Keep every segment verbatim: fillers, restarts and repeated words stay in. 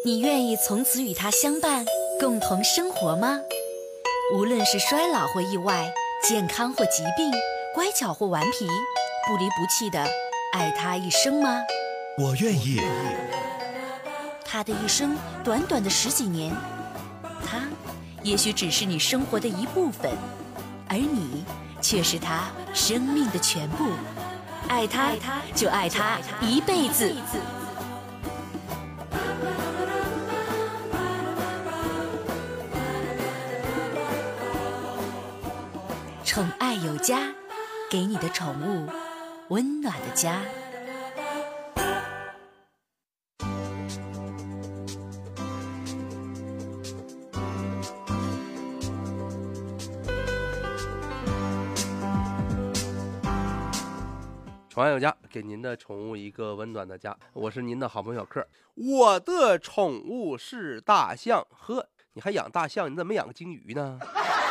你愿意从此与他相伴，共同生活吗？无论是衰老或意外，健康或疾病，乖巧或顽皮，不离不弃的爱他一生吗？ 我愿意。 他的一生短短的十几年，他也许只是你生活的一部分，而你却是他生命的全部。爱他，就爱他一辈子。宠爱有家，给你的宠物温暖的家。 宠爱有家，给您的宠物一个温暖的家。我是您的好朋友小克。我的宠物是大象。呵，你还养大象，你怎么没养个鲸鱼呢？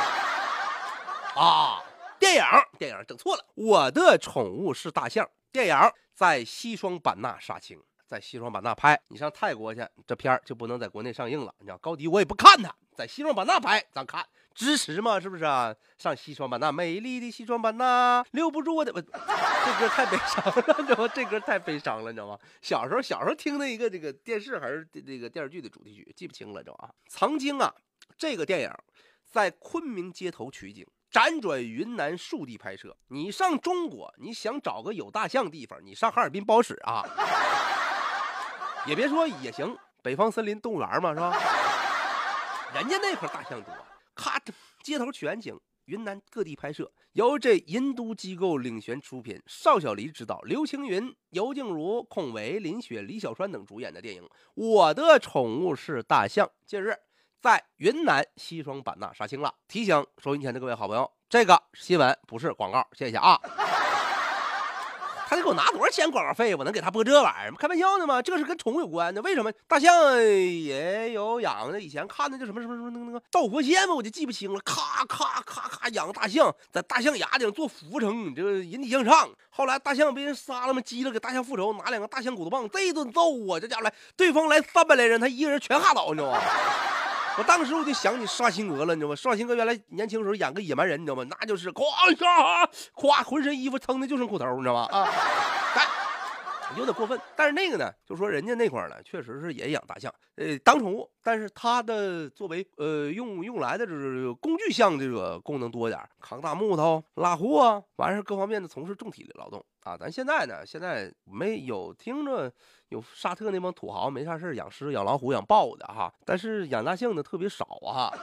啊，电影电影整错了。我的宠物是大象电影在西双版纳杀青，在西双版纳拍。你上泰国去，这片儿就不能在国内上映了。你知道高低我也不看它，在西双版纳拍，咱看支持嘛，是不是啊？上西双版纳，美丽的西双版纳，留不住我的。这歌太悲伤了，你知道吗？这歌太悲伤了，你知道吗？小时候小时候听的一个这个电视还是这个电视剧的主题曲，记不清了，知道吧？曾经啊，这个电影在昆明街头取景。辗转云南数地拍摄，你上中国，你想找个有大象地方，你上哈尔滨不好使啊。也别说也行，北方森林动物园嘛，是吧？人家那块大象多，咔，街头取完景，云南各地拍摄，由这银都机构领衔出品，邵小黎执导，刘青云、尤静茹、孔维、林雪、李小川等主演的电影《我的宠物是大象》近日在云南西双版纳杀青了。提醒收音前的各位好朋友，这个新闻不是广告，谢谢啊。他得给我拿多少钱广告费，我能给他播这玩意儿？开玩笑呢吗？这个是跟宠物有关的。为什么大象也有养的？以前看的叫什么什么什么那个那个导火线嘛，我就记不清了。咔咔咔咔养大象，在大象牙顶做俯卧撑，你这个引体向上。后来大象被人杀了嘛，急了给大象复仇，拿两个大象骨头棒，这一顿揍啊！这家伙来，对方来三百来人，他一个人全哈倒，你知道吗？我当时我就想起刷新鹅了，你知道吗？刷新鹅原来年轻时候演个野蛮人，你知道吗？那就是咵一下，咵浑身衣服撑的就剩裤头，你知道吗？啊，有点过分。但是那个呢，就说人家那块呢，确实是也养大象，呃，当宠物，但是它的作为呃用用来的这个工具项这个功能多一点，扛大木头、拉货啊，完事各方面的从事重体力劳动啊。咱现在呢，现在没有听着。有沙特那帮土豪没啥事养狮、养老虎、养豹的哈，但是养大象的特别少啊。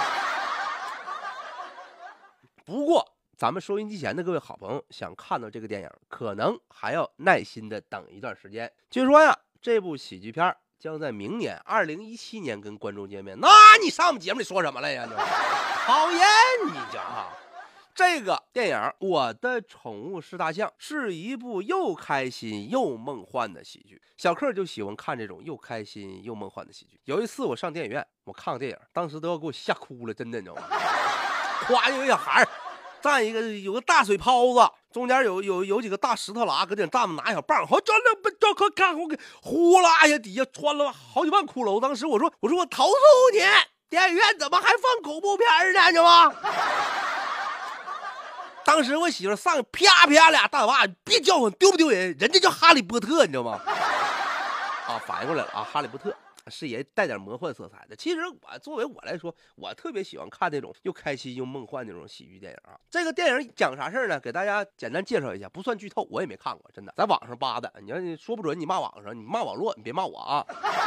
不过，咱们收音机前的各位好朋友想看到这个电影，可能还要耐心的等一段时间。据说呀，这部喜剧片将在明年二零一七年跟观众见面。那你上我们节目里说什么了呀？讨厌你这哈！这个电影《我的宠物是大象》是一部又开心又梦幻的喜剧。小克就喜欢看这种又开心又梦幻的喜剧。有一次我上电影院，我看个电影，当时都要给我吓哭了，真的，你知道吗？夸有一小孩站一个有个大水泡子，中间有有有几个大石头栏，搁顶站着拿小棒，好真的不这可看我给呼啦一下，底下穿了好几万骷髅。当时我说我说我投诉你，电影院怎么还放恐怖片呢？你知道吗？当时我媳妇上啪啪俩大嘴巴，别叫唤，丢不丢人？人家叫哈利波特，你知道吗？啊，反应过来了啊，哈利波特是也带点魔幻色彩的。其实我作为我来说，我特别喜欢看那种又开心又梦幻那种喜剧电影啊。这个电影讲啥事呢？给大家简单介绍一下，不算剧透，我也没看过，真的，在网上扒的。你要你说不准，你骂网上，你骂网络，你别骂我啊。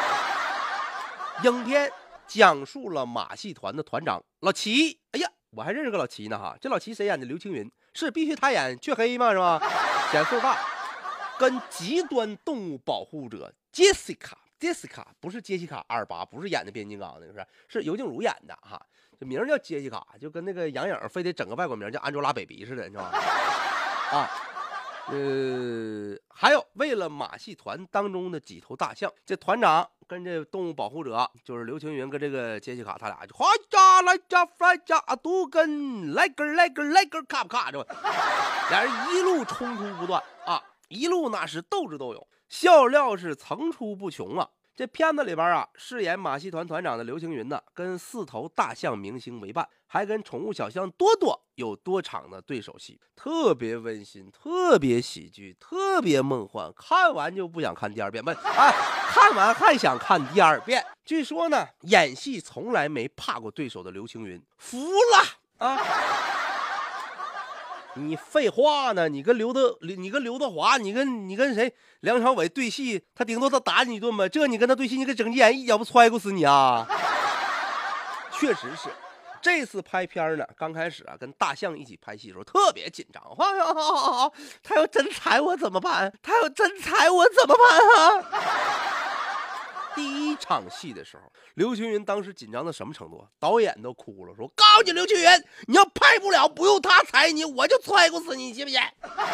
影片讲述了马戏团的团长老齐，哎呀。我还认识个老齐呢哈，这老齐谁演的？刘青云，是必须他演雀黑嘛，是吧？显岁大，跟极端动物保护者杰西卡，杰西卡不是杰西卡阿尔巴，不是演的变形金刚那个是，是尤静茹演的哈，这名叫杰西卡，就跟那个杨颖非得整个外国名叫安卓拉 baby 似的，你知道吗？啊。呃，还有为了马戏团当中的几头大象，这团长跟这动物保护者就是刘青云跟这个杰西卡，他俩就哗家来家来家啊，都跟来根来根来根咔不咔，这俩人一路冲突不断啊，一路那是斗智斗勇，笑料是层出不穷啊。 这片子里边啊，饰演马戏团团长的刘青云呢，跟四头大象明星为伴，还跟宠物小象多多有多场的对手戏，特别温馨，特别喜剧，特别梦幻，看完就不想看第二遍，不，啊，看完还想看第二遍。据说呢，演戏从来没怕过对手的刘青云，服了啊！你废话呢？你跟刘德，你跟刘德华，你跟你跟谁？梁朝伟对戏，他顶多他打你一顿吧。这你跟他对戏，你跟整鸡眼一脚不踹过死你啊！确实是，这次拍片呢，刚开始啊，跟大象一起拍戏的时候特别紧张。哎呀，他要真踩我怎么办？他要真踩我怎么办啊？第一场戏的时候，刘青云当时紧张到什么程度？导演都哭了，说：“告诉你刘青云，你要拍不了，不用他踩你，我就踹过死你，信不信？”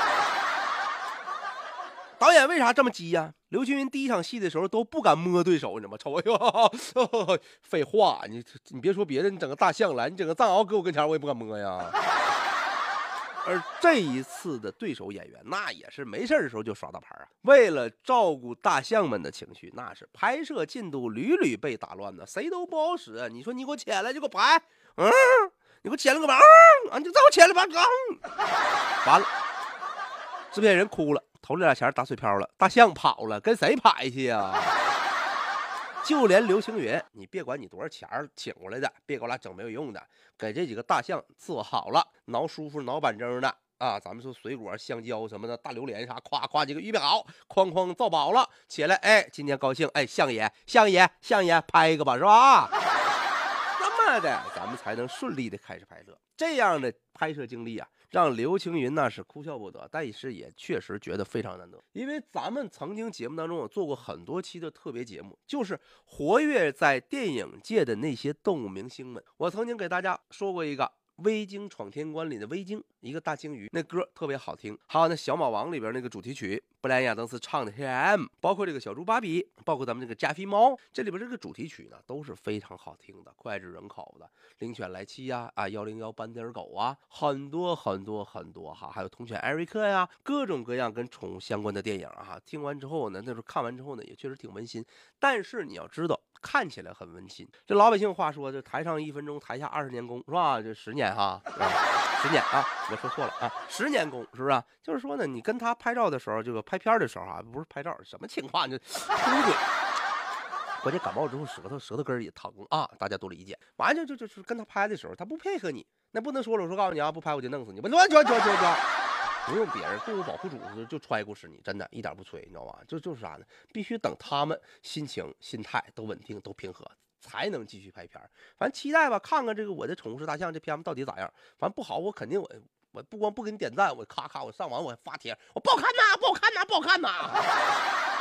导演为啥这么急呀？刘青云第一场戏的时候都不敢摸对手，你知道吗？瞅哎呦，废话，你你别说别的，你整个大象来，你整个藏獒搁我跟前，我也不敢摸呀。而这一次的对手演员，那也是没事的时候就耍大牌啊！为了照顾大象们的情绪，那是拍摄进度屡屡被打乱的，谁都不好使。你说你给我起来就给我拍，嗯，你给我起来个吧，嗯，啊，你再给我起来吧，嗯，完了，制片人哭了，投了俩钱打水漂了，大象跑了，跟谁拍去呀？就连刘青云，你别管你多少钱请过来的，别给我俩整没有用的，给这几个大象伺候好了，挠舒服挠板正的啊，咱们说水果香蕉什么的，大榴莲啥，夸夸几个预备好，哐哐造饱了起来，哎，今天高兴，哎，相爷相爷相爷拍一个吧，是吧？这么的咱们才能顺利的开始拍摄。这样的拍摄经历啊，让刘青云那是哭笑不得，但是也确实觉得非常难得。因为咱们曾经节目当中有做过很多期的特别节目，就是活跃在电影界的那些动物明星们。我曾经给大家说过一个微鲸闯天关里的微鲸，一个大鲸鱼，那歌特别好听。还有那小马王里边那个主题曲，布莱恩亚当斯唱的 Here I Am， 包括这个小猪芭比，包括咱们这个加菲猫，这里边这个主题曲呢都是非常好听的，脍炙人口的。灵犬莱七呀，啊幺零幺斑点狗啊，很多很多很多哈，还有童犬艾瑞克呀，各种各样跟宠物相关的电影啊，听完之后呢，那时候看完之后呢，也确实挺温馨。但是你要知道，看起来很温馨，这老百姓话说，这台上一分钟，台下二十年功，是吧？这十年哈，十年啊，我说错了啊，十年功，是不是？就是说呢，你跟他拍照的时候，这个拍片的时候啊，不是拍照，什么情况？就秃嘴。关键感冒之后舌头舌头根也疼啊，大家多理解。完了就就就是跟他拍的时候，他不配合你，那不能说了，我说告诉你啊，不拍我就弄死你，不就就就就不用别人动物保护组就揣过使你，真的一点不吹，你知道吗？就就是啥呢？必须等他们心情心态都稳定都平和，才能继续拍片。反正期待吧，看看这个我的宠物是大象这片子到底咋样。反正不好，我肯定我我不光不给你点赞，我咔咔我上网我发帖，我不好看呐，不好看呐，不好看呐。